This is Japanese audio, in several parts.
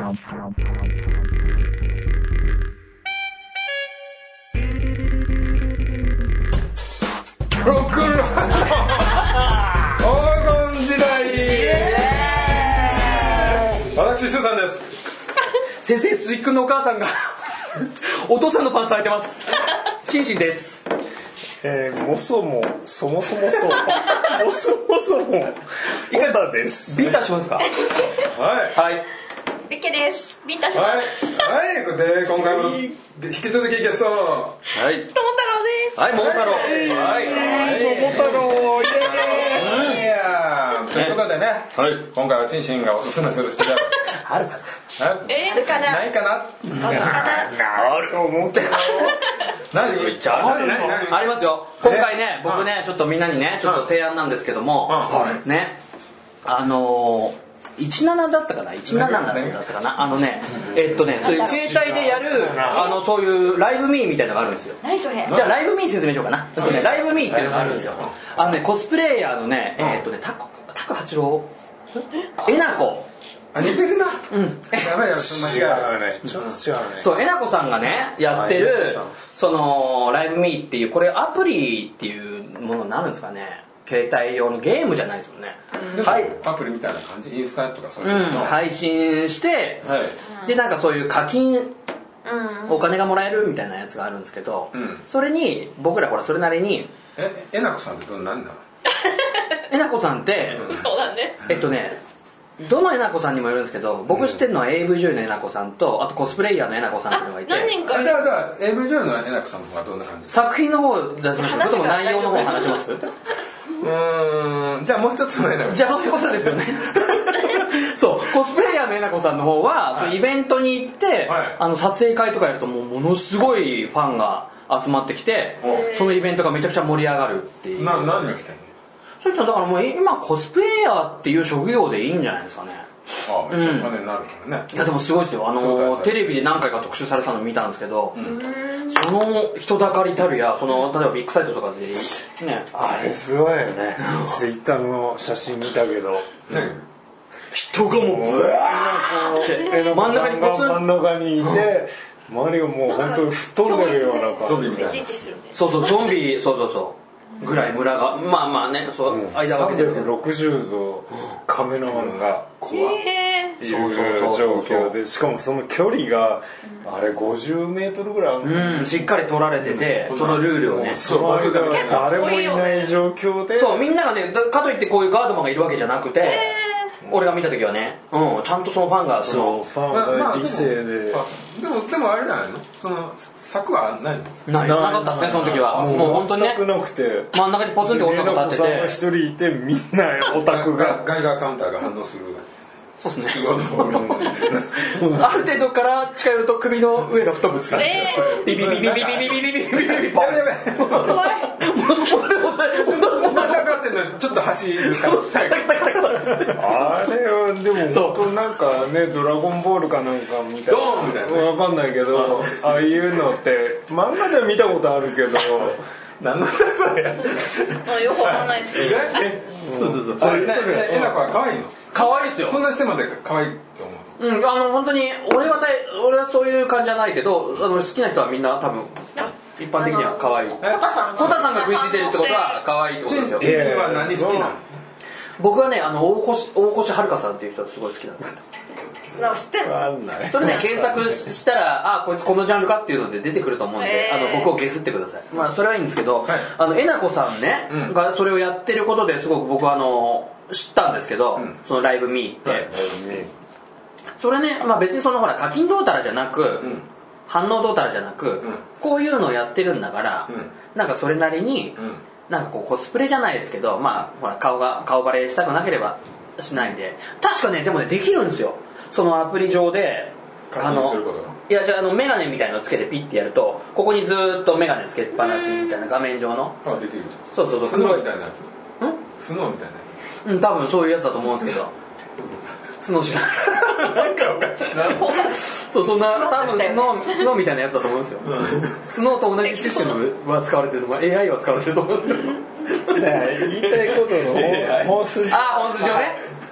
ロックンロール黄金時代。私スーさんです。 先生、鈴木くんのお母さんがお父さんのパンツ履いてます。シンシンです。 もそもそもそもそうもそもそもいかがです。 ビンタしますか。 はいはい。 ビッケです。ビンタします。 はい、で今回も引き続きゲスト、 はい、 桃太郎です。 はい、桃太郎、はい、 桃太郎、イエーイ。 いやということでね、 はい、 今回はチンシンがおすすめするスペシャルあるかあるかな。 ないかな。 どっちかな。 あると思って何ありますよ。今回ね、僕ね、ちょっとみんなにね、ちょっと提案なんですけども、ね、17だったかな、17だったかな、そういう携帯でやるそういうライブミーみたいなのがあるんですよ。 何それ。 じゃあライブミー説明しようかな。ライブミーっていうのがあるんですよ。コスプレイヤーのね、タク八郎、えなこ。 似てるな。 うん。 やばいや間違いない。 ちょっと違うね。 そう、えなこさんがねやってるそのライブミーっていう、これアプリっていうものになるんですかね。携帯用のゲームじゃないですもんね。 はい。アプリみたいな感じ、インスタとかそういうの配信して、 はい、 でなんかそういう課金、お金がもらえるみたいなやつがあるんですけど、それに僕らほらそれなりにえなこさんって何なの？ えなこさんって、 そうだね。 どのえなこさんにもよるんですけど、僕知ってるのは AV 女優のえなこさんと、あとコスプレイヤーのえなこさんっていうのがいて、 何人か。 じゃあ AV 女優のえなこさんはどんな感じ？ 作品の方出します？それとも内容の方話します？ じゃあもう一つのえなこさん。 じゃあそういうことですよね。そうコスプレイヤーのえなこさんの方は、はい、イベントに行って、はい、撮影会とかやるとものすごいファンが集まってきて、そのイベントがめちゃくちゃ盛り上がるっていう。 何をしてんの？ そういう人はだからもう今コスプレイヤーっていう職業でいいんじゃないですかね。 ああ、めっちゃお金になるからね。 いやでもすごいですよ。テレビで何回か特集されたの見たんですけど、その人だかりたるや、例えばビッグサイトとかでね、 あれすごいよね。ツイッターの写真見たけど、 人がもうブワーって真ん中に真ん中にいて、周りがもう本当に吹っ飛んでるようなゾンビみたいな。 そうゾンビ、そうぐらい村がまあね、そう間を空けてるけど 360度カメラマンが怖いいう状況で、しかもその距離があれ50メートルぐらいある、 しっかり取られてて、そのルールをね、 周りが誰もいない状況で、 そうみんながね、かといってこういうガードマンがいるわけじゃなくて、俺が見た時はね、ちゃんとそのファンがファンが理性で、 でもあれなの？その柵はないの？ なかったですね、その時は。もう本当にね、 全くなくて、 真ん中にポツンって女の子立ってて、 一人いて、みんなオタクがガイガーカウンターが反応する。 そうですね。ある程度から近寄ると首の上が吹っ飛ぶ。ビビビビビビビビビビビビビビ。 怖い。 ちょっと走るからあれはでも本当なんかね、ドラゴンボールかなんかみたいな、 ドーンみたいな、 わかんないけど、ああいうのって漫画では見たことあるけど、 何なんだそれ。 よくわかんないです。 そうあれえなこは可愛いの？ 可愛いですよ。 そんな人まで可愛いと思う。 本当に俺はそういう感じじゃないけど、好きな人はみんな多分一般的には可愛い。コタさんが食いついてるってことは可愛いってことですよ。 チンは何好きなの？ 僕はね、大越はるかさんっていう人がすごい好きなんですよ。 知ってるの？それね、検索したら、こいつこのジャンルかっていうので出てくると思うんで、僕をゲスってください。まあそれはいいんですけど、えなこさんね、がそれをやってることですごく僕は知ったんですけど、そのライブミーって、それね、まあ別にそのほら課金どうたらじゃなく、反応どうたらじゃなく、こういうのをやってるんだから、なんかそれなりに、なんかこうコスプレじゃないですけど、まあほら顔バレしたくなければしないで、確かね、でもねできるんですよ。そのアプリ上で課金すること？ いや、じゃあメガネみたいのつけてピッてやると、ここにずっとメガネつけっぱなしみたいな画面上の。 できるじゃん。 そうスノーみたいなやつ。スノーみたいなやつ。 多分そういうやつだと思うんですけど。スノーしかなんかおかしいな。 そう、そんな多分スノーみたいなやつだと思うんですよ。スノーと同じシステムは使われてると思う。AI は使われてると思うんですよ。 言いたいことの本筋。 本筋をね。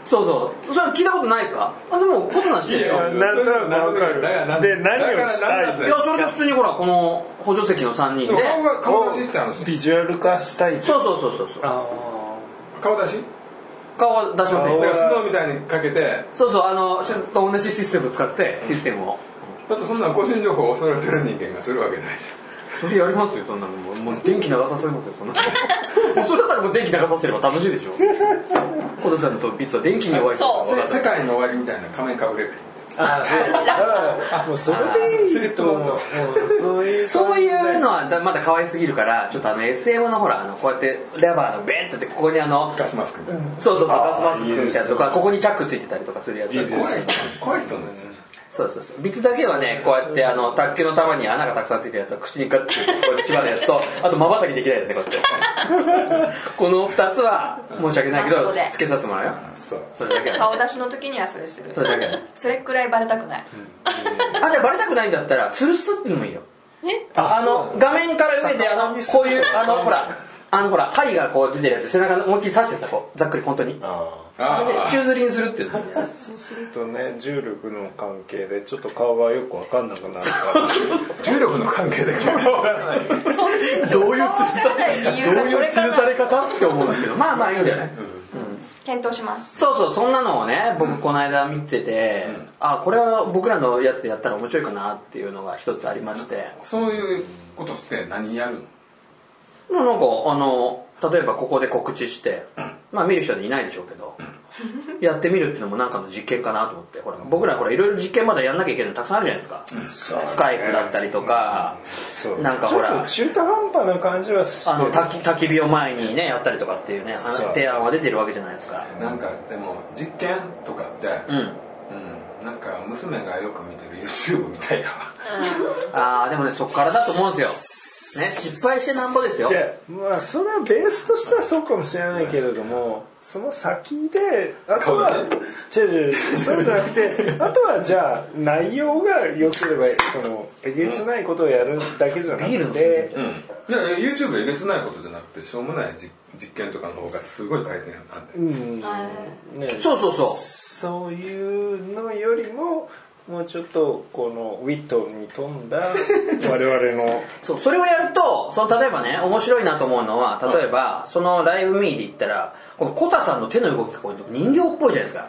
そうそれ聞いたことないですか？でもことなしてるよ。 なんとなくわかる。で何をしたい？ いやそれで普通にほらこの補助席の3人で顔出しって話。 ビジュアル化したい。 そう顔出し？ 顔は出しません。 だからスノーみたいにかけて。 そう同じシステムを使ってシステムを。 だってそんな個人情報を恐れてる人間がするわけないじゃん。それやりますよ、そんなの。もう電気流させますよ、そんなの。もうそれだったらもう電気流させれば楽しいでしょ。小田さんとビッツは電気に弱い。 世界の終わりみたいな仮面かぶれる。 もうそれでいいと思う。 そういうのはまだ可愛すぎるから、ちょっとSM のほらこうやってレバーのベンってここにガスマスクみたいな。 そうガスマスクみたいなとか、ここにチャックついてたりとかするやつ。 怖い人のやつ。 そうビツだけはね、こうやって卓球の玉に穴がたくさんついてるやつは口にガッてこうやって縛るやつと、あと瞬きできないやつね、こうやってこの2つは申し訳ないけどつけさせてもらうよ。それだけ顔出しの時にはそれする。 それだけそれくらいバレたくない。 じゃあバレたくないんだったら吊るすっていうのもいいよ。画面から上でこういうほら針がこう出てるやつ、背中思いっきり刺してさ、こうざっくり本当に宙吊りにするっていう。 そうするとね、重力の関係でちょっと顔がよく分かんなくなるから重力の関係で顔が分からない。 どういう吊るされ方って思うんですけど、まあいいんだよね。 検討します。 そんなのをね、僕この間見てて、これは僕らのやつでやったら面白いかなっていうのが一つありまして。 そういうことして何やるの？ なんか例えばここで告知して、見る人はいないでしょうけど、やってみるっていうのもなんかの実験かなと思って。ほら僕らいろいろ実験まだやんなきゃいけないのたくさんあるじゃないですか。スカイプだったりとか、なんかほら中途半端な感じは焚き火を前にねやったりとかっていうね提案は出てるわけじゃないですか。 なんかでも実験とかって、なんか娘がよく見てる YouTube みたいな。でもね、そっからだと思うんですよ。ね、失敗してなんぼですよ。 それはベースとしてはそうかもしれないけれども、その先であとはそうじゃなくて、あとはじゃあ内容が良ければえげつないことをやるだけじゃなくて、 YouTube えげつないことじゃなくてしょうもない実験とかの方がすごい回転なんで、 そういうのよりももうちょっとこのウィットに富んだ我々のそれをやると、例えばね、面白いなと思うのは、例えばそのライブミーで言ったら、このコタさんの手の動きが人形っぽいじゃないですか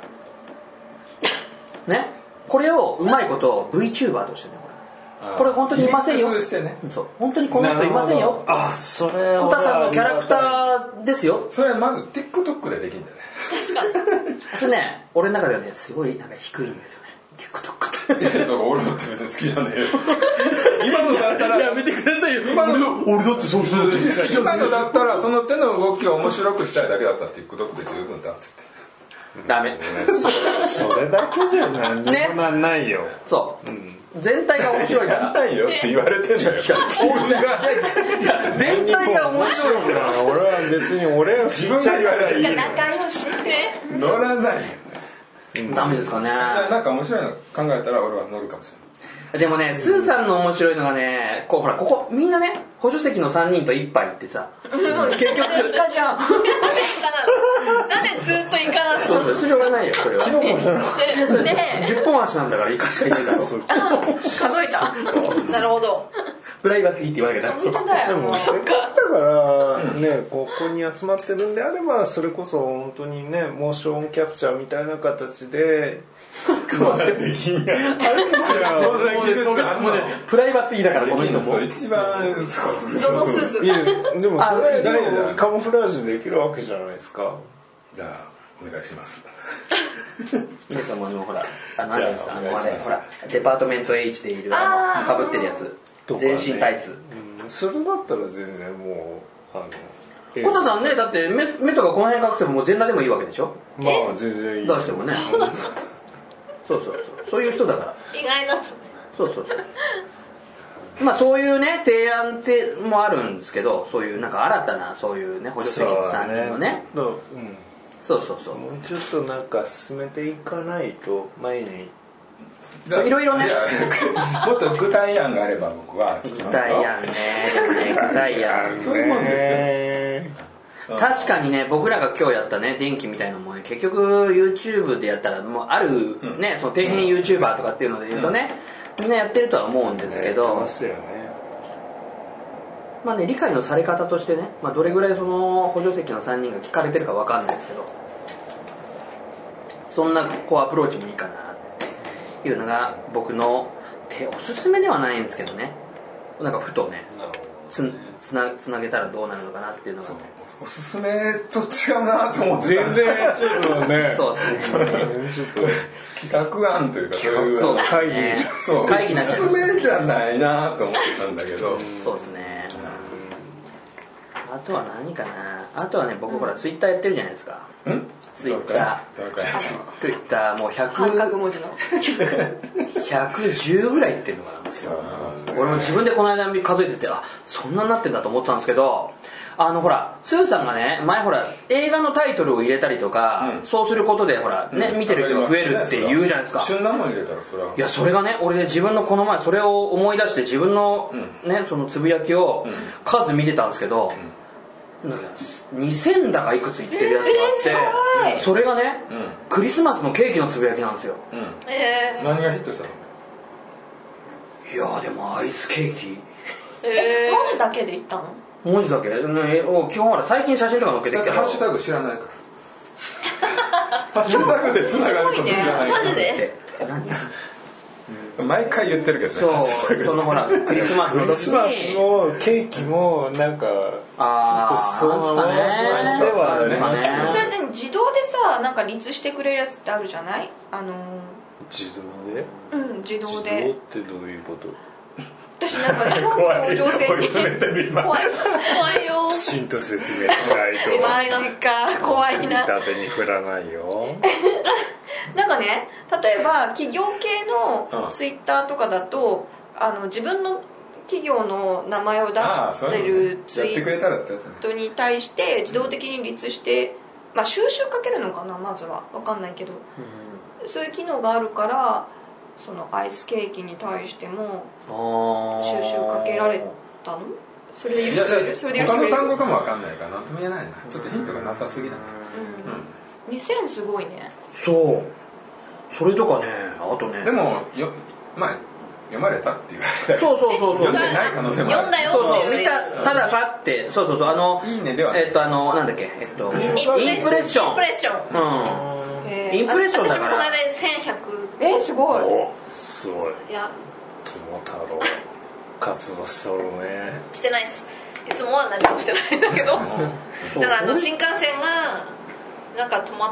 ね。これをうまいことを VTuber としてね、これ本当にいませんよ。本当にこの人いませんよ。 それコタさんのキャラクターですよ。 それはまず TikTok でできるんだよね。 確かに。 それね、俺の中ではね、すごいなんか低いんですよね、TikTok って。 俺だって別に好きじゃねえよ。今のだったらやめてくださいよ。 今の俺だってそう今のだったらその手の動きを面白くしたいだけだったら TikTok で十分だっつって。 ダメ。 それだけじゃ何にもなんないよ。 全体が面白いから。 ないよって言われてんだよ。 全体が面白いから。 俺は別に俺は自分が言われたらいい。 仲良しね。 乗らないよ。 ダメですかね。 なんか面白いの考えたら俺は乗るかもしれない。 でもね、スーさんの面白いのがね、ここみんなね、補助席の3人と1杯ってさ、 結局イカじゃん。なんでずっとイカなの？ それしょうがないよ、それは。 ね 10本足なんだからイカしかいないだろ。 数えた。なるほど。 プライバシーって言わなきゃダメ。 でもせっかくだからね、ここに集まってるんであれば、それこそ本当にね、モーションキャプチャーみたいな形で組ませできんや。 もうね、プライバシーだからこの人も。 一番どのスーツ？ でもそれでカモフラージュできるわけじゃないですか。 じゃあお願いします。 皆さんもほら、何ですか、ほらデパートメント H でいるかぶってるやつ。全身タイツ。 それだったら全然もうコタさんね、だって目とかこの辺隠せばもう全裸でもいいわけでしょ。 まあ全然いい。 出してもね。そういう人だから。 意外だとね。 そういうね提案ってもあるんですけど、そういうなんか新たなそういうね補助席の3人のね。もうちょっとなんか進めていかないと前に。 いろいろね。 もっと具体案があれば僕は具体案ね。具体案。 そういうもんですよ。 確かにね、僕らが今日やったね電気みたいなのもね、結局 YouTube でやったらもうあるね、その底辺 YouTuber とかっていうので言うとね、みんなやってるとは思うんですけど、まあね、理解のされ方としてね、まあ、どれぐらいその補助席の3人が聞かれてるか分かんないですけど、そんなこうアプローチもいいかなっていうのが僕のおすすめではないんですけどね、なんかふとねつなげたらどうなるのかなっていうのが、 おすすめと違うなと思って全然ちょっとねそうですねちょっと企画案というかそういうそう会議そう会議なんかおすすめじゃないなと思ってたんだけど、 そうですね。あとは何かな、あとはね、僕ほらツイッターやってるじゃないですか。ツイッターもう 100文字の 110ぐらいいってるのかな。俺も自分でこの間数えてて、あ、そんなになってんだと思ったんですけど、ほらスーさんがね、前ほら映画のタイトルを入れたりとか、そうすることでほらね、見てる人が増えるって言うじゃないですか。 旬なもん入れたらそれは、 いや、それがね、俺で自分のこの前それを思い出して自分のね、そのつぶやきを数見てたんですけど、2000だかいくついってるやつがあって、それがね、クリスマスのケーキのつぶやきなんですよ。 何がヒットしたの？ いやでもアイスケーキ、 文字だけで言ったの？ 文字だけ、基本ほら最近写真とか載っけてるけど、 ハッシュタグ知らないからハッシュタグでつながること知らないから、 マジで毎回言ってるけどね。 そう、そのほらクリスマスのクリスマスもケーキもなんかヒットしそうなものではありますよね。 それで自動でさ、なんか立してくれるやつってあるじゃない？ 自動で？ 自動で。 自動ってどういうこと？ 私なんか日本甲状腺に怖いよ。 きちんと説明しないと。 マジか、怖いな。 縦に振らないよ。 なんかね、例えば企業系のツイッターとかだと、自分の企業の名前を出してるツイートに対して自動的に立して、まあ収集かけるのかな、まずは分かんないけど、そういう機能があるから、そのアイスケーキに対しても収集かけられたの？それで許してくれる？それで許してくれる？ 他の単語かも分かんないから何とも言えないな。ちょっとヒントがなさすぎだな。 2000すごいね。 そう、それとかね、あとね、 でもまあ読まれたって言われた。 そう読んでない可能性もある。 読んだよそう見た、ただパッて、そういいねではない。 なんだっけ、インプレッション。インプレッションだから。 私もこの間1100。すごい。 すごい。 いや、 友太郎活動しとるね。 してないです。いつもは何もしてないんだけど。だから新幹線がなんか止まって、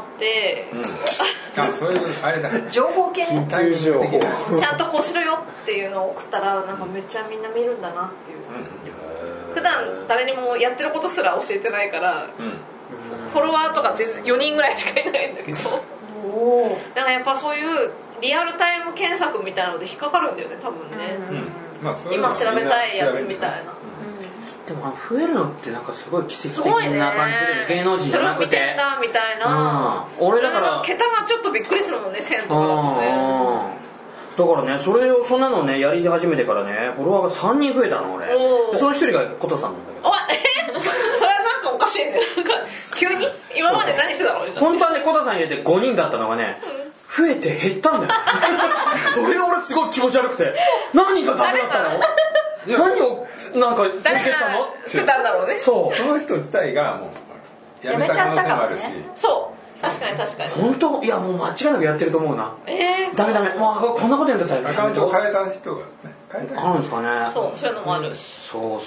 そういうあれだ。 情報系ね。 緊急情報。 ちゃんとこうしろよっていうのを送ったら、なんかめっちゃみんな見るんだなっていう。普段誰にもやってることすら教えてないから、フォロワーとか4人ぐらいしかいないんだけど、だからやっぱそういうリアルタイム検索みたいなので引っかかるんだよね、多分ね。今調べたいやつみたいな。 でも増えるのってなんかすごい奇跡的な感じするね。芸能人じゃなくて。 それを見てんだみたいな。 俺だから桁がちょっとびっくりするもんね、1000とかだとね。 だからね、そんなのねやり始めてからね、フォロワーが3人増えたの俺。その一人がコタさんなんだけど。 それはなんかおかしいね。急に今まで何してたの？ 本当はね、コタさん入れて5人だったのがね、増えて減ったんだよ。それが俺すごい気持ち悪くて、何がダメだったの？何をなんか受けたの？ してたんだろうね。 そう。 その人自体がもうやめた可能性もあるし。 そう。確かに確かに。 本当？いやもう間違いなくやってると思うな。ダメ。もうこんなことやってたらアカウントを変えた人がね、 あるんですかね。 そういうのもあるし。 そう。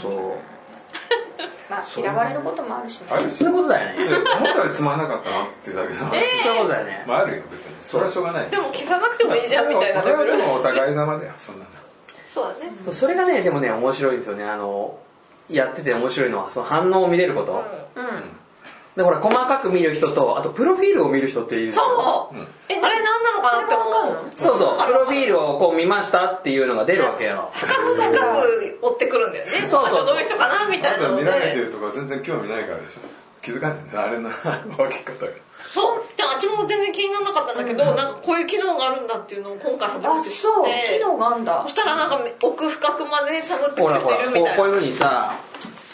まあ嫌われることもあるしね。 そういうことだよね。 思ったよりつまんなかったなっていうだけだ。 そういうことだよね。 まああるよ別に。それはしょうがない。 でも消さなくてもいいじゃんみたいな。 それはでもお互い様だよ、そんなの。 そうだね。 それがね、でもね面白いですよね。やってて面白いのはその反応を見れること。でほら細かく見る人と、あとプロフィールを見る人っている。 そう。あれ何なのかなって思う。 そうプロフィールをこう見ましたっていうのが出るわけよ。 深く追ってくるんだよね。そうどういう人かなみたいなので。 見られてるとか全然興味ないからでしょ。気づかないんだよね、あれの分け方が。 そうでもあっちも全然気にならなかったんだけど、なんかこういう機能があるんだっていうのを今回初めて知って。そう機能があるんだ。そしたらなんか奥深くまで探ってくれてるみたいな。 こういう風にさ、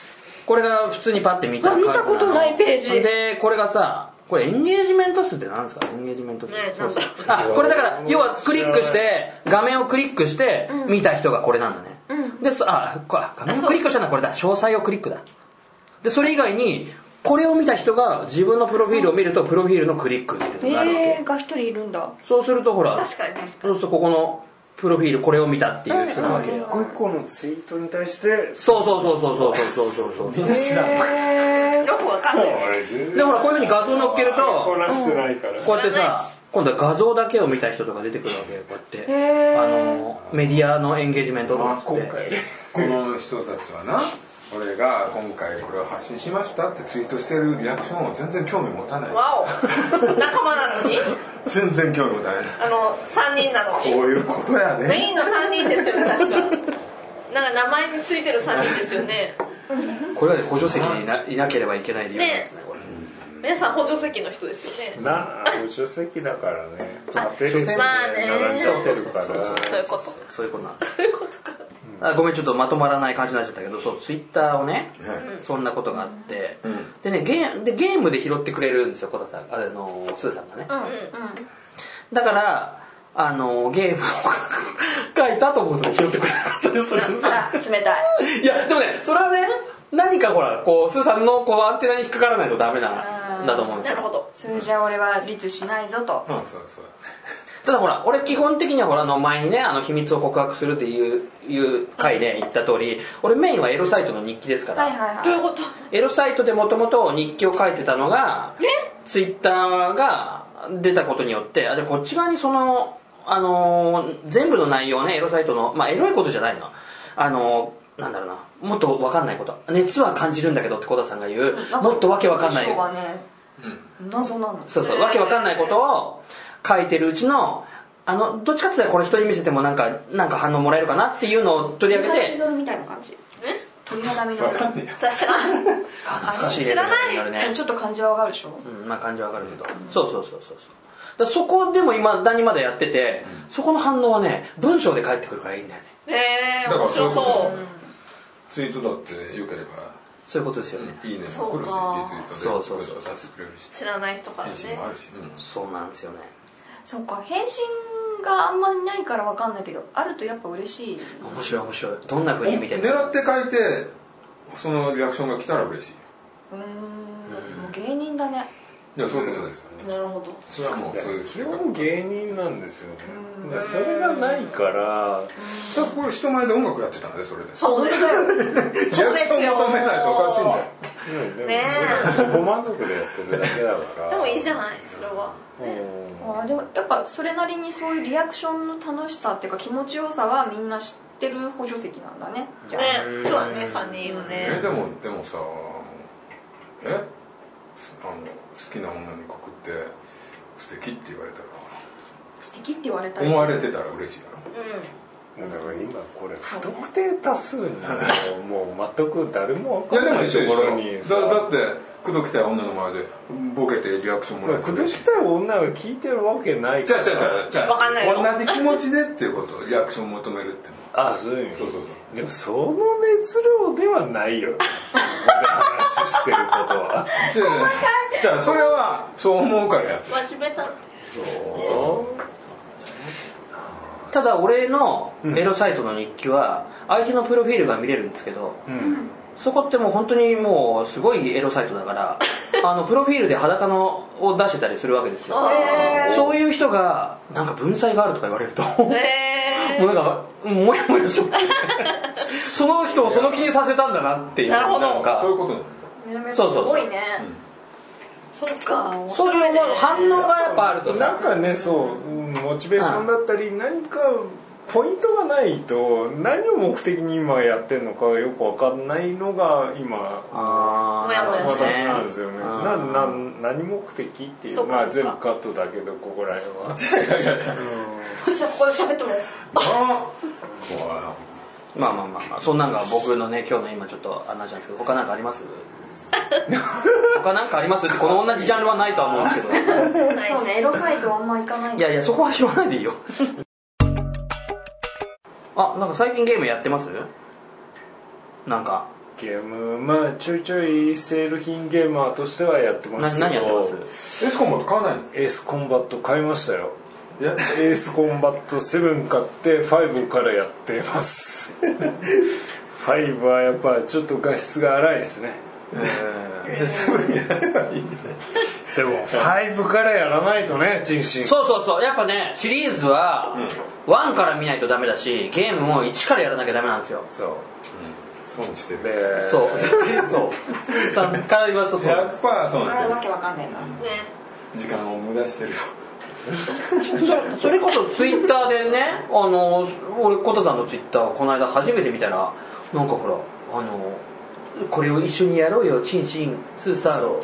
これが普通にパッて見た見たことないページで、これがさ、これエンゲージメント数って何ですか？エンゲージメント数、そうそう、これだから要はクリックして画面をクリックして見た人がこれなんだね、で画面をクリックしたのはこれだ、詳細をクリックだ。でそれ以外にこれを見た人が自分のプロフィールを見るとプロフィールのクリックっていうのがあるわけ、 が一人いるんだ。 そうするとほら、 確かにそうするとここのプロフィールこれを見たっていう人なわけよ。 一個一個のツイートに対してそうみんな知らん。 よくわかんない。 でほらこういうふうに画像乗っけるとこなしてないから、 こうやってさ、今度は画像だけを見た人とか出てくるわけよ。こうやってメディアのエンゲージメントとかって、 この人たちはな、俺が今回これを発信しましたってツイートしてるリアクションを全然興味持たない。 わお、仲間なのに全然興味持たない。 3人なのに。 こういうことやね。 メインの3人ですよね、確か。なんか名前についてる3人ですよね。 これは補助席にいなければいけない理由なんですね。これ皆さん補助席の人ですよね。 補助席だからね。当てる並んじゃってるから。 そういうこと。 そういうことなんです。 そういうことか。 ごめんちょっとまとまらない感じになっちゃったけど、そうツイッターをね、そんなことがあって、でねゲームで拾ってくれるんですよ、コタさん、スーさんがね。だからゲームを書いたと思うと拾ってくれなかったりするんですよ。 冷たい。 いやでもね、それはね、何かほらこうスーさんのこうアンテナに引っかからないとダメなんだと思うんですよ。 なるほど。それじゃあ俺は律しないぞと。 そうただほら俺基本的にはほら前にね秘密を告白するっていう回で言った通り、俺メインはエロサイトの日記ですから。 どういうこと？ エロサイトでもともと日記を書いてたのがツイッターが出たことによって、じゃあこっち側にその全部の内容ね、エロサイトのエロいことじゃないの、なんだろうな、もっと分かんないこと、熱は感じるんだけどって小田さんが言う、もっとわけ分かんない、 謎なの。 そうわけ分かんないことを書いてるうちのどっちかって言ったらこれ人に見せてもなんか反応もらえるかなっていうのを取り上げて、 鳥肌みたいな感じ。鳥肌み分かんねえよ。 知らない。 懐かしいね。 知らない。ちょっと漢字は分かるでしょ。 漢字は分かるけど、そうそこでも今だにまだやってて、そこの反応はね文章で返ってくるからいいんだよね。 面白そう。 ツイートだってよければそういうことですよね。 いいねも来るし、リツイートでそうさせてくれるし、 知らない人からね。 返信もあるし、 そうなんですよね。 そうか、返信があんまりないから分かんないけど、あるとやっぱ嬉しい。 面白い。どんな風に見てるの？ 狙って書いてそのリアクションが来たら嬉しい。 もう芸人だね。 いや、そういうことですよね。 なるほど。 それはもうそういう基本芸人なんですよね。それがないからこれ人前で音楽やってたんで、それでそうですよ。 リアクション求めないとおかしいんだよ。 でもそれ自己満足でやってるだけだから。 でもいいじゃない、それは。でもやっぱそれなりにそういうリアクションの楽しさっていうか気持ちよさはみんな知ってる補助席なんだね。じゃあそうだね、3人はね。 でもさ、好きな女に告って素敵って言われたら、 素敵って言われたら思われてたら嬉しいやろ。 だから今これ不特定多数になるともう全く誰も分からないところにさ、 だって口説きたい女の前でボケてリアクションもらえて口説きたい女が聞いてるわけないから。 じゃあ同じ気持ちでっていうこと、リアクション求めるっての。 そういう意味。 そうでもその熱量ではないよ。話してることは。 じゃあそれはそう思うからやって。 真面目だって。 そうただ俺のエロサイトの日記は相手のプロフィールが見れるんですけど、そこってもう本当にもうすごいエロサイトだからプロフィールで裸のを出してたりするわけですよ。そういう人がなんか文才があるとか言われるともうなんかもやもやしますその人をその気にさせたんだなっていう。 なるほど。 なんかそういうことなんだ。そうすごいね。そうか。 そういう反応がやっぱあるとさ、 なんかね、そうモチベーションだったり何かポイントがないと何を目的に今やってるのかよく分かんないのが今私なんですよね。何目的っていう、全部カットだけどここら辺はここで喋ってもまあそんなんが僕のね今日の今ちょっと話なんですけど、他なんかあります他なんかありますって、この同じジャンルはないとは思うんですけどそうね、エロサイトはあんま行かない。 いやそこは知らないでいいよなんか最近ゲームやってます？なんかゲームまあちょいちょいセール品ゲーマーとしてはやってますけど。 何やってます？ エースコンバット買わないの？ エースコンバット買いましたよ。エースコンバット7買って5からやってます5はやっぱちょっと画質が荒いですね。 7やればいいんだね。 でも5からやらないとね、チンシン。 そうやっぱねシリーズは1から見ないとダメだし、ゲームも1からやらなきゃダメなんですよ。 そう、 損してる。 そうスーさんから言わすとそう 100% 損してる。 わけわかんないな、 時間を無駄してるよ。 それこそツイッターでね、俺コタさんのツイッターこの間初めて見たら、なんかほらこれを一緒にやろうよチンシンスーさんって、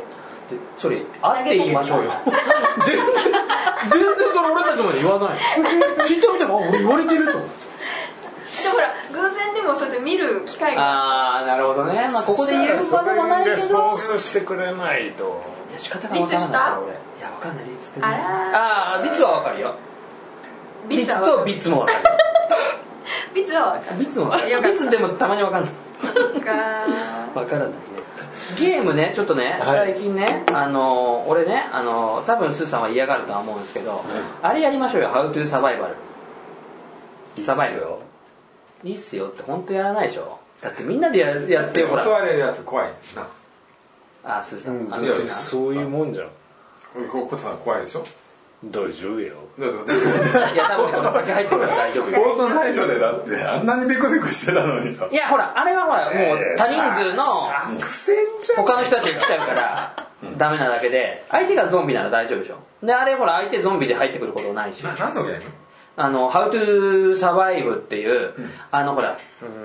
それ会って言いましょうよ全然それ俺たちまで言わないツイッター見たら俺言われてると。 でもほら偶然でもそうやって見る機会が。 ああなるほどね。まあここで言える場でもないけど、 レスポンスしてくれないと。 いや仕方が分からないから俺。いや分かんない。リツってね。 あリツは分かるよ。リツとビッツも分かる。 ビツは分かる。 ビッツも分かる。ビツでもたまに分かんない。分からないね。ゲームねちょっとね、最近ね俺ね多分スーさんは嫌がるとは思うんですけど、あれやりましょうよ。How to Survival。サバイバルいいっすよって本当やらないでしょ。だってみんなでやってよほら。 襲われるやつ怖いな。 あスーさん、 そういうもんじゃん。 コタさん怖いでしょ。 大丈夫よ。 いや多分この先入ってるから大丈夫よ。 フォートナイトでだってあんなにビクビクしてたのにさ。 いやほらあれはほらもう多人数の他の人たちが来ちゃうからダメなだけで、相手がゾンビなら大丈夫でしょ。であれほら相手ゾンビで入ってくることないし。 何のゲーム ？How to Survive っていう、ほら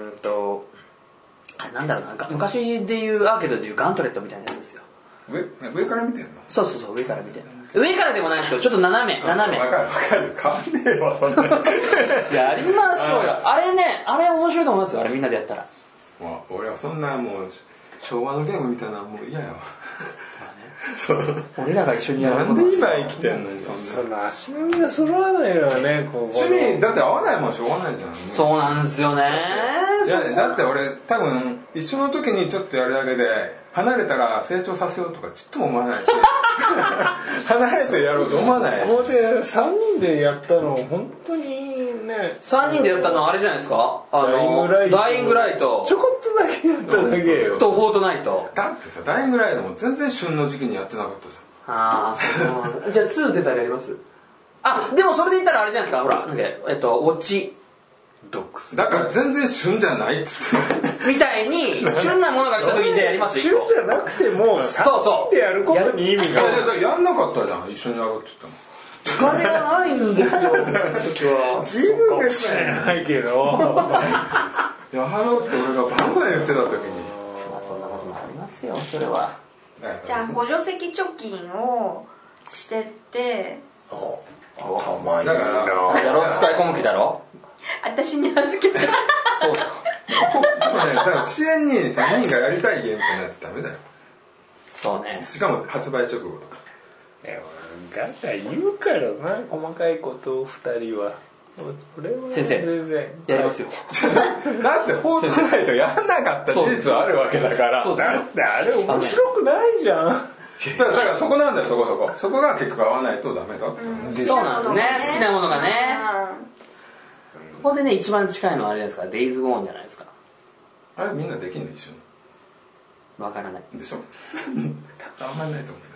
なんだろうな、昔でいうアーケードでいうガントレットみたいなやつですよ。 上から見てんの？ そう上から見てる。上からでもないですけどちょっと斜め。 分かる変わんねえわそんな。 やりましょうよ。あれね、あれ面白いと思いますよ。あれみんなでやったら。 俺はそんなもう昭和のゲームみたいなもう嫌やわ。 俺らが一緒にやること。なんで今生きてんのにそんな足並みが揃わないよね。 趣味だって合わないもんしょうがないじゃん。 そうなんですよね。 だって俺多分一緒の時にちょっとやるだけで離れたら成長させようとかちっとも思わないし離れてやろうと思わない。 ここで3人でやったの本当にね。 3人でやったのはあれじゃないですか。ダイイングライトちょこっとだけやっただけよ。 とフォートナイト。 だってさダイイングライトも全然旬の時期にやってなかったじゃん。 ああそう。じゃあ2出たらやります？あでもそれで言ったらあれじゃないですか。ほらウォッチドックスだから全然旬じゃないっつってみたいに旬なものが来た時にじゃあやりますよ。旬じゃなくても3人でやることに意味がある。 やんなかったじゃん。一緒にやろうって言ったの。お金がないんですよ。時は。 義務ですね。ないけど。 やろうって俺がバンバン言ってた時に。 まあそんなこともありますよ。それは。 じゃあ補助席貯金をしてって頭いいな。 だろ使い込む気だろ。 私に預けた。 そうだ。 だから支援に3人がやりたいゲームじゃないとダメだよ。 そうね。 しかも発売直後とか。 ガタ言うからな細かいことを2人は。俺は先生全然やりますよ。 だってフォートナイトやんなかった事実はあるわけだから。 だってあれ面白くないじゃん。 だからそこなんだよ。そこが結局合わないとダメだってそうなんですね。好きなものがね。ここでね一番近いのはあれですか。デイズゴーンじゃないですか。 あれみんなできんの一緒に。 わからないでしょ。あんまりないと思う。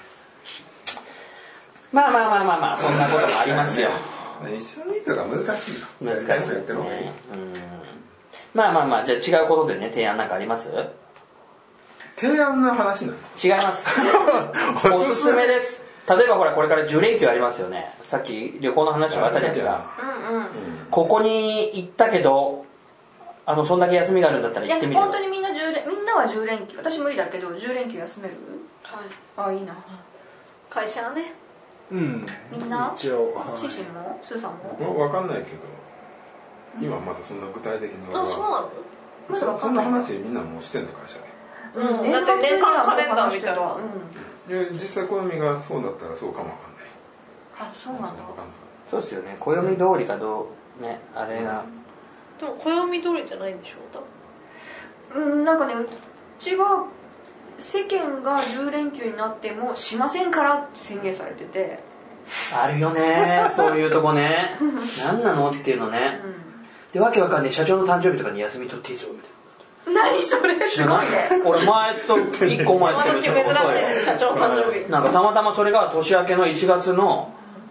まあそんなこともありますよ。 一緒にとか難しいよ。 難しいですね。まあじゃあ違うことでね提案なんかあります？ 提案の話なの？ 違います。おすすめです。例えばほらこれから10連休ありますよね。さっき旅行の話があったじゃないですか。ここに行ったけどそんだけ休みがあるんだったら行ってみる。 本当にみんなは10連休。私無理だけど10連休休める？はい。あいいな。会社はね。みんな？シンシンもスーさんも？ 分かんないけど今まだそんな具体的にあ、そうなの？ そんな話みんなもうしてんの会社で。 だって年間カレンダーみたいな。 実際暦がそうだったらそうかも分かんない。 あ、そうなんだ。 そうですよね。暦通りかどうねあれが。 でも暦通りじゃないんでしょ多分。 なんかね、うちは世間が10連休になってもしませんからって宣言されてて、 あるよねそういうとこね何なのっていうのね、でわけわかんねえ社長の誕生日とかに休み取っていいぞみたいな。 何それすごいね。 俺前と1個前って珍しいね社長の誕生日。 なんかたまたまそれが年明けの1月の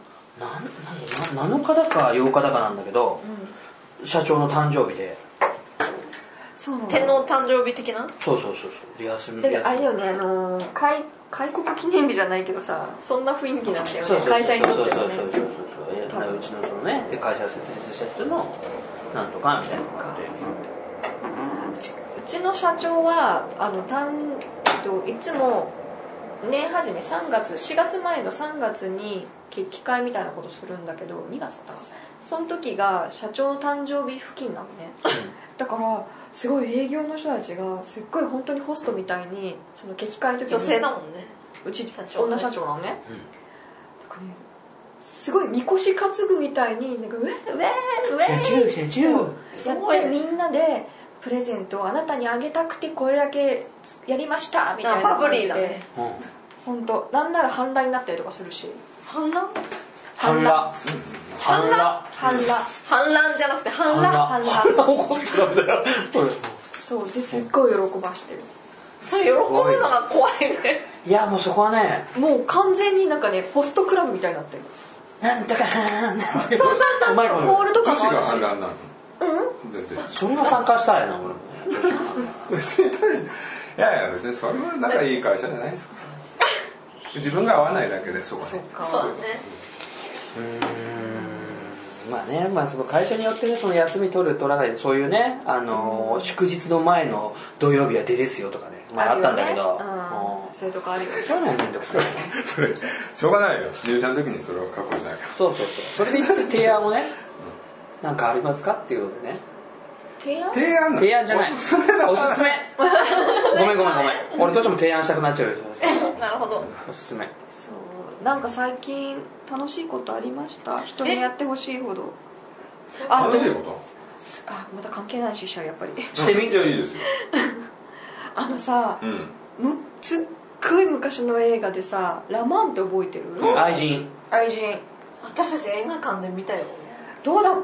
7日だか8日だかなんだけど、社長の誕生日で。 そうなの。 天皇誕生日的な。 そうで休み。 だからあれだよね、開国記念日じゃないけどさ、そんな雰囲気なんだよね、会社にとってはね。 うちのそのね会社を設立した人のなんとかみたいな感じで。 うちの社長はいつも年始め4月前の3月に決起会みたいなことするんだけど、2月だったかな、その時が社長の誕生日付近なのねだからすごい営業の人たちがすっごい本当にホストみたいにその決起会の時に、 女性だもんね、 うち女社長なのね、だからねすごいみこし担ぐみたいになんかウェー社長やってみんなでプレゼントをあなたにあげたくてこれだけやりましたみたいな感じで、本当なんなら反乱になったりとかするし。 反乱じゃなくて反乱起こすからだよそうですっごい喜ばしてる。 それ喜ぶのが怖いね。 いやもうそこはねもう完全になんかねホストクラブみたいになってる。 なんとかーそうホールとかもあるし。 女子が反乱なの。 それは参加したいな俺別にいや別にそれは仲いい会社じゃないですか自分が合わないだけでそこそうだね。 まあね、その会社によってねその休み取る取らないそういうね、祝日の前の土曜日は出ですよとかね、あったんだけど、 そういうとこあるよね。 そういうのもめんどくさいそれしょうがないよ、入社の時にそれを確保しなきゃ。 そうそれで言って提案をねなんかありますかっていうのでね。 提案じゃないおすすめごめん俺どうしても提案したくなっちゃうよなるほど。 おすすめ。 そうなんか最近楽しいことありました？人にやってほしいほど。 楽しいこと？ また関係ないしやっぱりしてみ。 いやいいですよさ、すっごい昔の映画でさラマンって覚えてる？ 愛人私たち映画館で見たよ。 どうだった？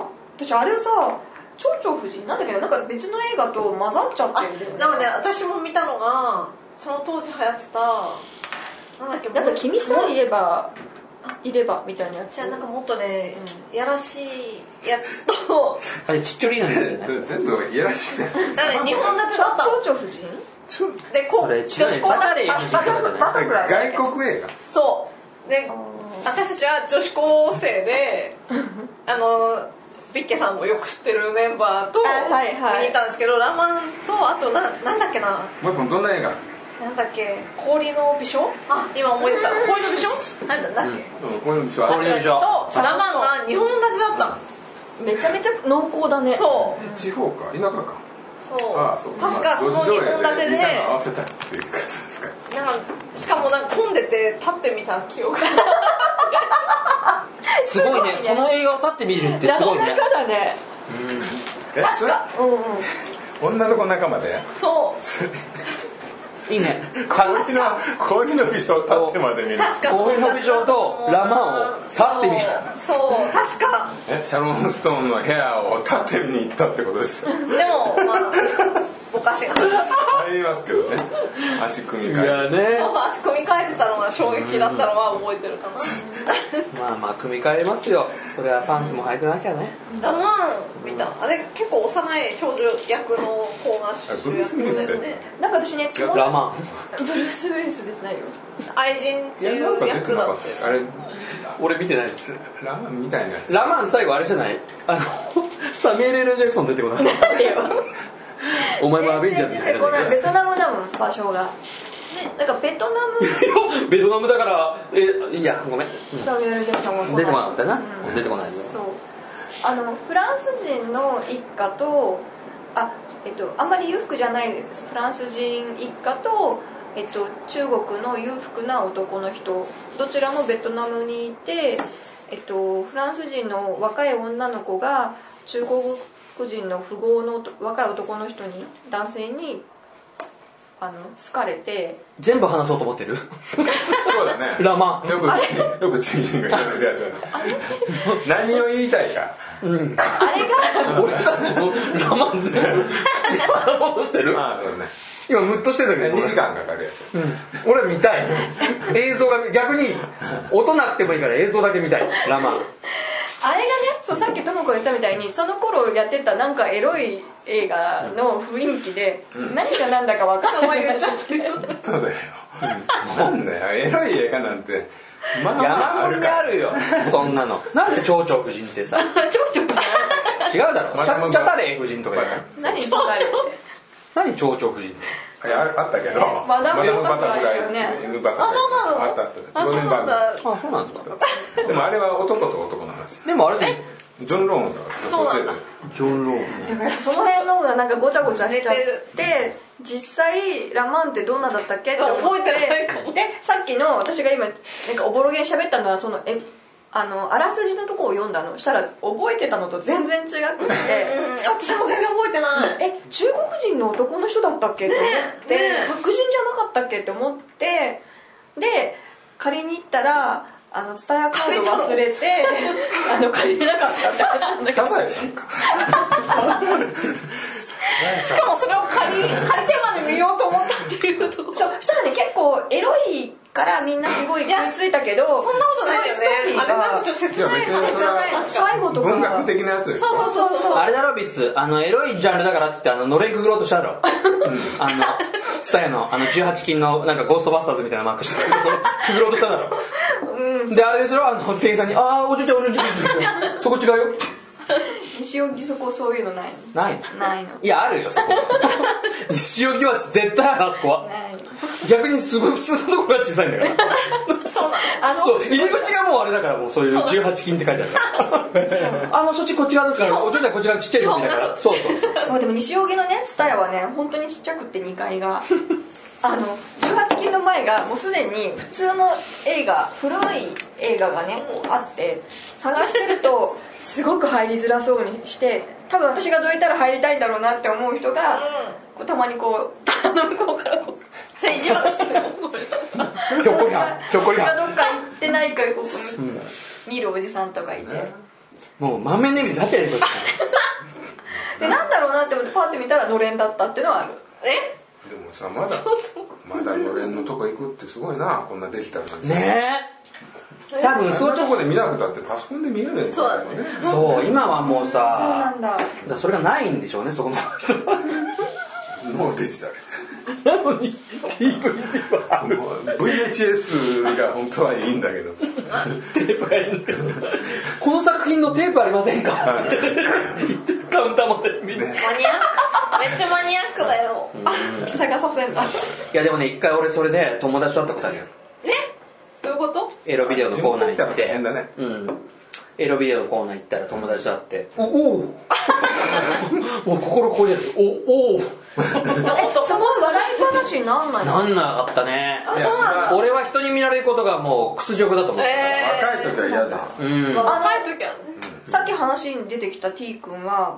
私あれをさ蝶々夫人なんだけどなんか別の映画と混ざっちゃってるんだよね。 でもね私も見たのがその当時流行ってたなんか君さえいればみたいなやつ。 じゃあなんかもっとね、やらしいやつとあれちっちょりなんですよね全部やらしいね。 だから日本立てだった蝶々夫人でそれ女子高齢夫人外国映画。 そうで私たちは女子高生でビッケさんもよく知ってるメンバーと見に行ったんですけど、ラマンとあとなんだっけな、 もう一本どんな映画？ なんだっけ、氷の美少？今思い出した。氷の美少？なんだっけ？ 氷の美少。 氷の美少。 とラマンが2本立てだった。 めちゃめちゃ濃厚だね。 そう。 地方か田舎か。 そう。確かその2本立てで。 合わせたっていうことですか。 しかもなんか混んでて立ってみた記憶が。 すごいね。その映画を立って見るってすごいね。 なかなかだね。 確か。 女の子仲間で。 そう。 いいね。 氷の美少を立ってまで見る。 確か氷の美少とラマンを立って見る。 そう確か。 シャロンストーンのヘアを立って見に行ったってことですよ。 でもぼかしが入りますけどね。足組み替えて。 そう足組み替えてたのが衝撃だったのは覚えてるかな。 まあ組み替えますよ。それはパンツも履いてなきゃね。 ラマン見た。あれ結構幼い少女役の子が主役だよね。 なんか私ねラマンブルース・ウィリス出てないよ。 愛人っていう役だって。 あれ俺見てないです。 ラマンみたいなやつ。 ラマン最後あれじゃない？サミュエル・L・ジャクソン出てこない。お前もアベンジャーズに入らない。 ベトナムだもん場所が。なんかベトナム。 ベトナムだからいやごめん。 サミュエル・ジャクソンが出てこなかったな。出てこないよ。 そう。フランス人の一家とあんまり裕福じゃないフランス人一家と中国の裕福な男の人どちらもベトナムにいてフランス人の若い女の子が中国人の富豪の若い男の人に男性に好かれて全部話そうと思ってるそうだねラマンよくチンチンが言ってるやつだね何を言いたいか、 あれが俺たちのラマン全部話そうとしてるそうね今ムッとしてたけど 2時間かかるやつ、 俺見たい映像が逆に音なくてもいいから映像だけ見たいラマンあれがねそうさっきともこが言ったみたいにその頃やってたなんかエロい映画の雰囲気で、何が何だか分かんない感じでそうだよ、なんだよエロい映画なんてまあ山盛りにあるよそんなのなんで蝶々夫人ってさ蝶々 違うだろチャタレ夫人とか言う何蝶々って何蝶々夫人ってあったけどマダムバタフライ M バタフライあったそうなんだそうなんですかでもあれは男と男の話でもあれですジョン・ローンがそうなんだジョン・ローだからその辺の方がなんかごちゃごちゃしちゃって実際ラマンってどんなだったっけって思って覚えてないかもでさっきの私が今なんかおぼろげに喋ったのはそのあらすじのとこを読んだのしたら覚えてたのと全然違くて私も全然覚えてない中国人の男の人だったっけって思って白人じゃなかったっけって思ってで借りに行ったらツタヤカード忘れて借りれなかったって話なんだけどサザエさんかしかもそれを借りてまで見ようと思ったっていうところそうしたらね結構エロいからみんなすごい食いついたけどそんなことないよねあれなんかちょっと切ない最後とか文学的なやつですそうあれだろビッツエロいジャンルだからっつってのれんくぐろうとしただろツタヤの18金のなんかゴーストバスターズみたいなマークしてくぐろうとしただろであれでしょ店員さんにおじいちゃんそこ違うよ西荻そこそういうのないのないのいやあるよそこ西荻は絶対あるあそこは逆にすごい普通のところが小さいんだからそうなのそう入り口がもうあれだからもうそういう18金って書いてあるそっちこっち側ですからお嬢ちゃんこっち側ちっちゃい時だからそうでも西荻のねツタヤはね本当にちっちゃくって2階が18金の前がもうすでに普通の映画古い映画がねあって探してるとすごく入りづらそうにして多分私がどいたら入りたいんだろうなって思う人が、こうたまにこう棚の向こうからこうじゃあ意地悪してるひょっこりはん私がどっか行ってないかこう見るおじさんとかいて、 もう満面の笑みで立ってるでなんだろうなって思ってパッて見たらのれんだったっていうのはあるでもさまだのれんのとこ行くってすごいなこんなできた感じね多分そういうとこで見なくたってパソコンで見れるんだよねそう今はもうさそうなんだそれがないんでしょうねそこの人もうデジタルなのに DVD はある VHS が本当はいいんだけどテープがいいんだけどこの作品のテープありませんかってカウンターまで見てマニアックめっちゃマニアックだよ探させんだいやでもね一回俺それで友達と会ったことあるよどういうことエロビデオのコーナー行って変だねエロビデオのコーナー行ったら友達と会っておおもう心こうやっておおその笑い話になんないのなんなかったね俺は人に見られることがもう屈辱だと思って若い時は嫌だよ若い時はさっき話に出てきた T 君は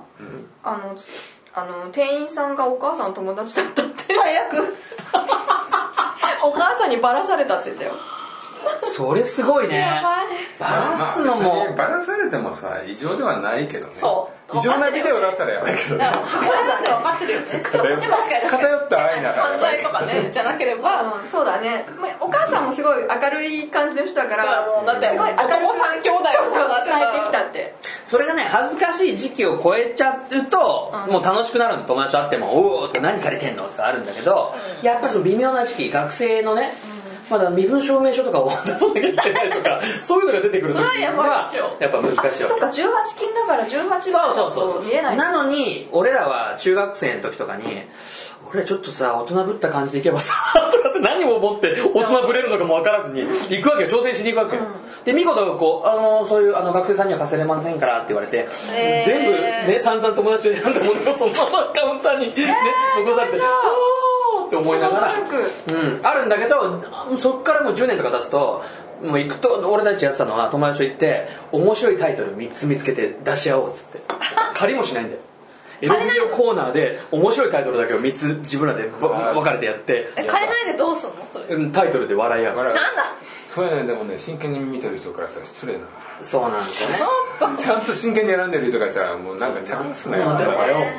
店員さんがお母さんの友達だったって最悪お母さんにバラされたって言ったよそれすごいねバラすのもバラされてもさ異常ではないけどねそう異常なビデオだったらやばいけどねそれだって分かってるよね偏った愛なら犯罪とかねじゃなければそうだねお母さんもすごい明るい感じの人だからだってすごい明るい男3兄弟を伝えてきたってそれがね恥ずかしい時期を超えちゃうともう楽しくなるの友達と会ってもおおとか何借りてんのとかあるんだけどやっぱりその微妙な時期学生のねまだ身分証明書とかを出さなきゃいけないとかそういうのが出てくる時はやっぱ難しいわけそうか18金だから18だと見えないなのに俺らは中学生の時とかに俺ちょっとさ大人ぶった感じでいけばさとかって何を思って大人ぶれるのかも分からずに行くわけよ挑戦しに行くわけよ、で見事こうそういう学生さんには貸せれませんからって言われて、全部ね散々友達で選んだものをそのままカウンターにね残されてって思いながら、あるんだけどそっからもう10年とか経つともう行くと俺たちやってたのは友達と行って面白いタイトル3つ見つけて出し合おうっつって借りもしないんだよ。エロビデオコーナーで面白いタイトルだけを3つ自分らで分かれてやって、 借りないでどうすんのそれ。 タイトルで笑い合う。 なんだそういうのでもね、真剣に見てる人からしたら失礼な。 そうなんですよね。 ちゃんと真剣に選んでる人からしたらもうなんかちゃんすね。 確かにね。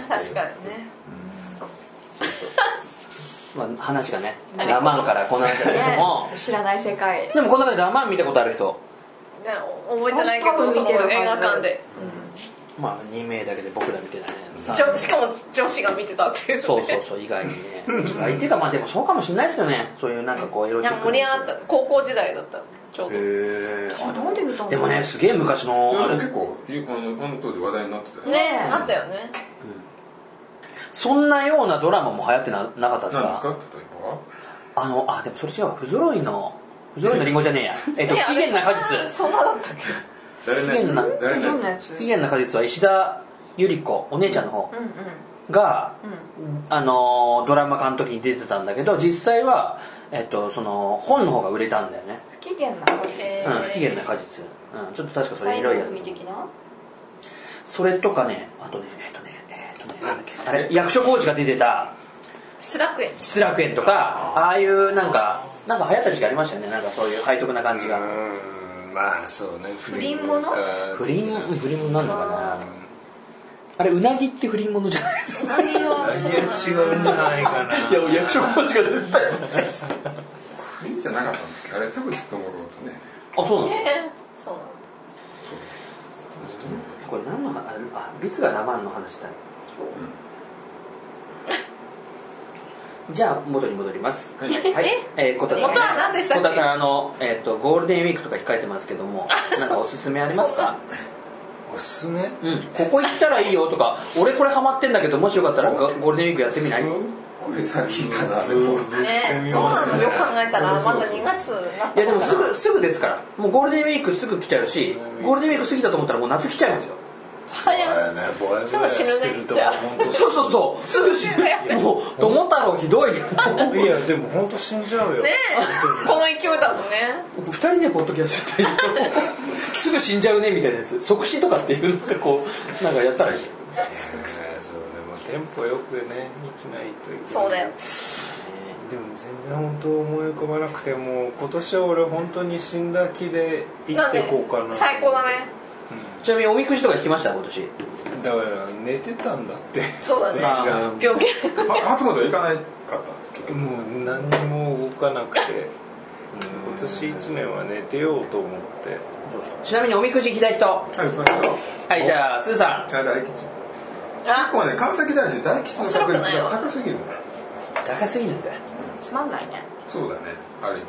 まあ話がね、ラマンからこの話だけども、 知らない世界。 でもこの中でラマン見たことある人、 覚えてないけど、その映画館で。 まあ2名だけで僕ら見てないね。 しかも女子が見てたっていう、ね、 そう意外にね。意外っていうかまあでもそうかもしれないですよね。そういうなんかこうエロチック。 盛り上がった。高校時代だったちょうど。 なんで見たの？ でもね、すげえ昔のあれ結構あの当時話題になってたよね。あったよね。 そんなようなドラマも流行ってなかったですか？ 何ですか？例えばでもそれ違うわ。不揃いのリンゴじゃねえや。不機嫌な果実。 そんなだったっけ？ 不機嫌な果実は石田ゆり子、お姉ちゃんの方がドラマ化の時に出てたんだけど、実際はその本の方が売れたんだよね。 不機嫌な果実。 不機嫌な果実。ちょっと確かそれ広いやつ。それとかね、あとねなんだっけ、あれ役所広司が出てた失楽園とか、ああいうなんか流行った時期ありましたよね。なんかそういう背徳な感じが。 まあそうね。 不倫もの？ 不倫なんだかな。あれうなぎって不倫ものじゃないですか。 違うんじゃないかな。 いや役所広司が絶対不倫じゃなかったんだっけ？あれ田淵智郎とね。 あ、そうなの？ そうなの。 これ何の話？リツがラマンの話だ。じゃあ元に戻ります。はい。小田さん。 元は何でしたっけ？ 小田さんゴールデンウィークとか控えてますけども、なんかおすすめありますか？ おすすめ？ ここ行ったらいいよとか、俺これハマってんだけどもしよかったらゴールデンウィークやってみない？ これさ聞いたな。 そうなの。よく考えたらまだ2月になった。 いやでもすぐですから。もうゴールデンウィークすぐ来ちゃうし、ゴールデンウィーク過ぎたと思ったらもう夏来ちゃうんですよ。 すぐ死ぬね。じゃあそうすぐ死ぬ。もう友太郎ひどい。 いやでも本当死んじゃうよ。 ねこの勢いだとね。 2人でポッドキャストやってすぐ死んじゃうねみたいなやつ、即死とかっていうのがこうなんかやったらいい。 そうね、もうテンポよくね生きないといけない。 そうだよ。 でも全然本当思い浮かばなくて、もう今年は俺本当に死んだ気で生きていこうかな。 最高だね。 ちなみにおみくじとか引きました今年？ だから寝てたんだって。 そうだね。病気。 初詣は行かないかった。 もう何にも動かなくて、今年1年は寝てようと思って。 ちなみにおみくじ引きたい人？ はい、行きましたよ。 はい、じゃあスーさん。 じゃあ大吉。結構ね、川崎大師大吉の確率が高すぎる。 高すぎるんだよ。 つまんないね。 そうだね、ある意味ね。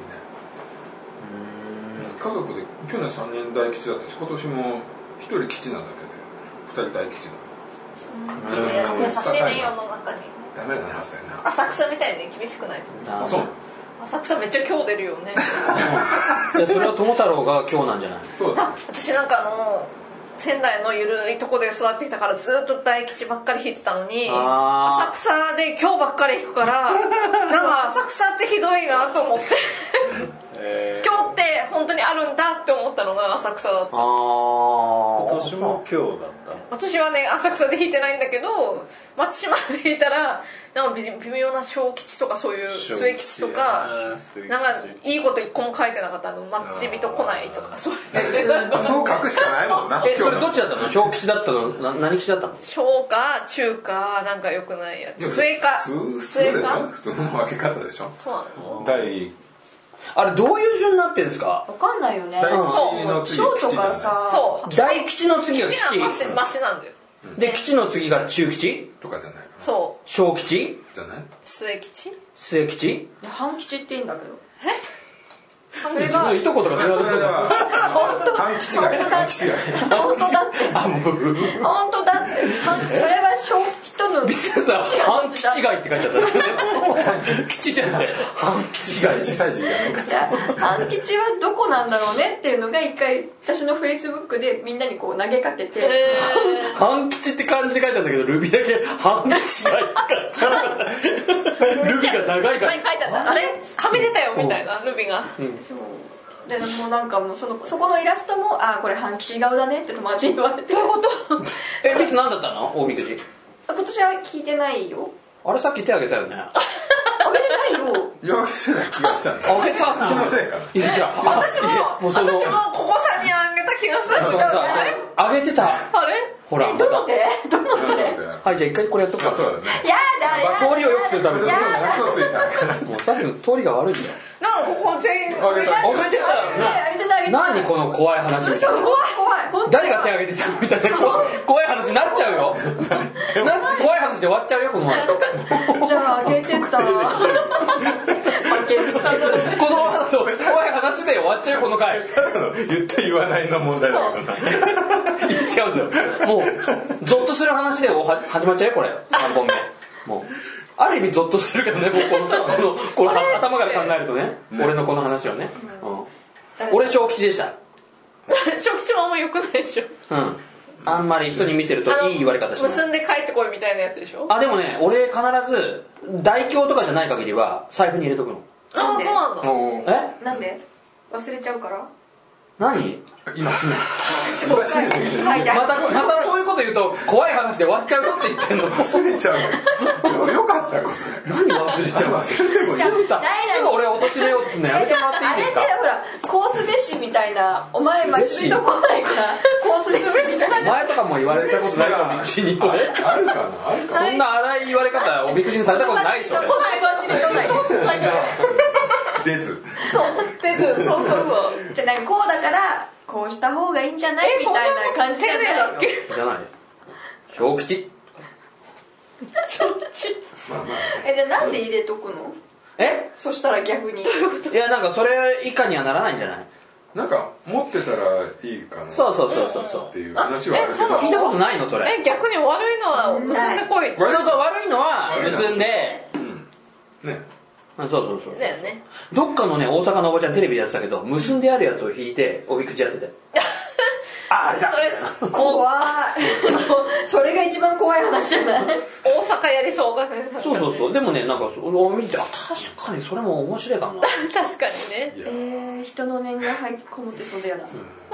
家族で去年3人大吉だったし、今年も1人吉なだけで2人大吉だ。 優しいね世の中に。 ダメだな、それな。 浅草みたいに厳しくないと。 あ、そうなの。 浅草めっちゃ今日出るよね。 いやそれは友太郎が今日なんじゃない？ そうだね。 私なんか仙台のゆるいとこで育ってきたからずっと大吉ばっかり引いてたのに、浅草で今日ばっかり引くからなんか浅草ってひどいなと思って今日って本当にあるんだって思ったのが浅草だった。 今年も今日だった。 私はね浅草で引いてないんだけど松島で引いたらなんか微妙な小吉とかそういう末吉とかなんかいいこと一個も書いてなかったの。待ち人来ないとかそういうそう書くしかないもんな。 それどっちだったの？小吉だったの？何吉だったの？ 小か中かなんか良くないやつ。末か普通でしょ。普通の分け方でしょ。 そうなの？ あれどういう順になってるんですか？ わかんないよね。 大吉の次小とかさ、 そう大吉の次が吉。 吉がマシなんだよ。 で吉の次が中吉とかじゃない。 そう。 小吉じゃない。 末吉？ 末吉？ 半吉って言うんだけど。 それがいとことかそれは半吉がい。半吉がい。 本当だって。本当だって。それは小吉との。 別にさ半吉がいって書いちゃった。吉じゃない。半吉がい。 小さい字がね。 じゃあ半吉はどこなんだろうねっていうのが一回私のフェイスブックでみんなにこう投げかけて。 半吉って漢字で書いたんだけどルビだけ半吉がいって書いた。ルビが長いから。 書いてあった。あれはみ出たよみたいなルビが。 でもうなんかもうそこのイラストもこれ半吉顔だねって友達に言われて。 どういうことミス何だったの大みくじ。 今年は聞いてないよ。 あれさっき手挙げたよね。 あげてないよ。 夜明け世代気がしたんだ。 あげた気のせいかな。 いや違う。 私もここさんにあげた気がしたあげてた。 あれほら。 どの手？ はいじゃあ一回これやっとくか。 そうだね。 やだ。 通りを良くするために。 嘘ついた。 もうさっきの通りが悪いんだよ。 なんかここ全員あげてたよな。何この怖い話。 嘘怖い。 誰が手挙げてたのみたいな怖い話になっちゃうよ。怖い話で終わっちゃうよこの前。 じゃああげてた。 このままだと怖い話で終わっちゃうよこの回。 言って言わないの問題だけどな。 違うんですよ。もうゾッとする話で始まっちゃうよこれ3本目。もうある意味ゾッとするけどね、僕この頭から考えるとね、俺のこの話はね。俺小吉でした。 小吉もあんま良くないでしょ。 あんまり人に見せるといい言われ方しない。 結んで帰ってこいみたいなやつでしょ。 でもね、俺必ず大凶とかじゃない限りは財布に入れとくの。 そうなんだ。 なんで？忘れちゃうから？ 何？ 今しない。 またそういうこと言うと怖い話で終わっちゃうよって言ってんの。 忘れちゃうよかったこと何忘れちゃうの。すぐ俺落としめようって言うのやめてもらっていいですか。 あれってほらコース飯みたいな、お前祭りとこないからコース飯みたいな。 前とかも言われたことないでしょ、みくじに。 あるかな。 そんな荒い言われ方おみくじにされたことないでしょ。 来ないこっちに来ない。 出ず。 そうじゃあなんかこうだからこうした方がいいんじゃないみたいな感じじゃないの？ じゃない。小吉。 じゃあなんで入れとくの？そしたら逆に。 いやなんかそれ以下にはならないんじゃない？ なんか持ってたらいいかな。 そうっていう話はあるけど。 聞いたことないのそれ。 逆に悪いのは結んでこい。 そう悪いのは結んで。 ね。 そうだよね。 どっかのね大阪のおばちゃんテレビでやってたけど結んであるやつを引いておみくじやってて。 あれだ。 怖い。それが一番怖い話じゃない？ 大阪やりそうだね。 そうでもねなんか見て確かにそれも面白いかもな。 確かにね。人の念が入り込むってそうだよな。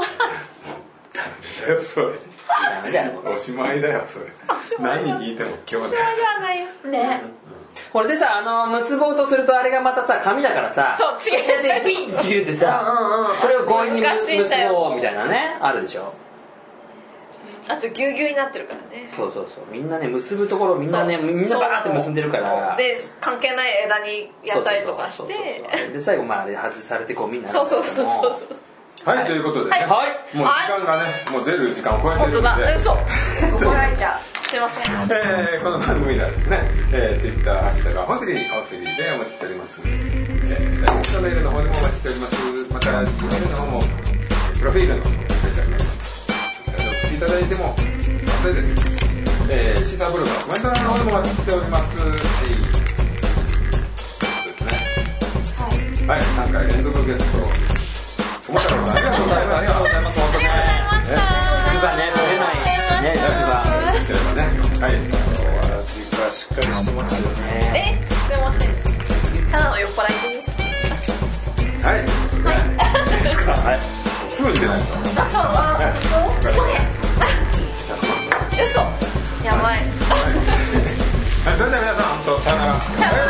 ダメだよそれ。おしまいだよそれ。何聞いても今日は。 おしまいではないよ。 ね。 これでさ結ぼうとするとあれがまたさ紙だからさ。 そうちぎれてピッちぎれてさ。それを強引に結ぼうみたいなねあるでしょ。 あとギュウギュウになってるからね。 そうみんなね結ぶところみんなバーって結んでるからで関係ない枝にやったりとかしてで最後あれ外されてこうみんなそうはいということでねもう時間がねもう出る時間を超えてるので怒られちゃう。 すいません。 この番組ではですねTwitterハッシュタグはホスリーでお待ちしております。ダイレクトメールの方でもお待ちしております。また Gmail の方もプロフィールの方に出ております。いただいても反対です。シーサーブログのコメント欄の方でもお待ちしております。そうですね。はい、3回連続ゲスト友太郎さんありがとうございます。ありがとうございます。本当に役がね取れないね役がはい。 軸がしっかりしてますよね。 してません。ただの酔っ払いです。 はい。すぐに出ないと。 嘘やばい。 それでは皆さんさよなら。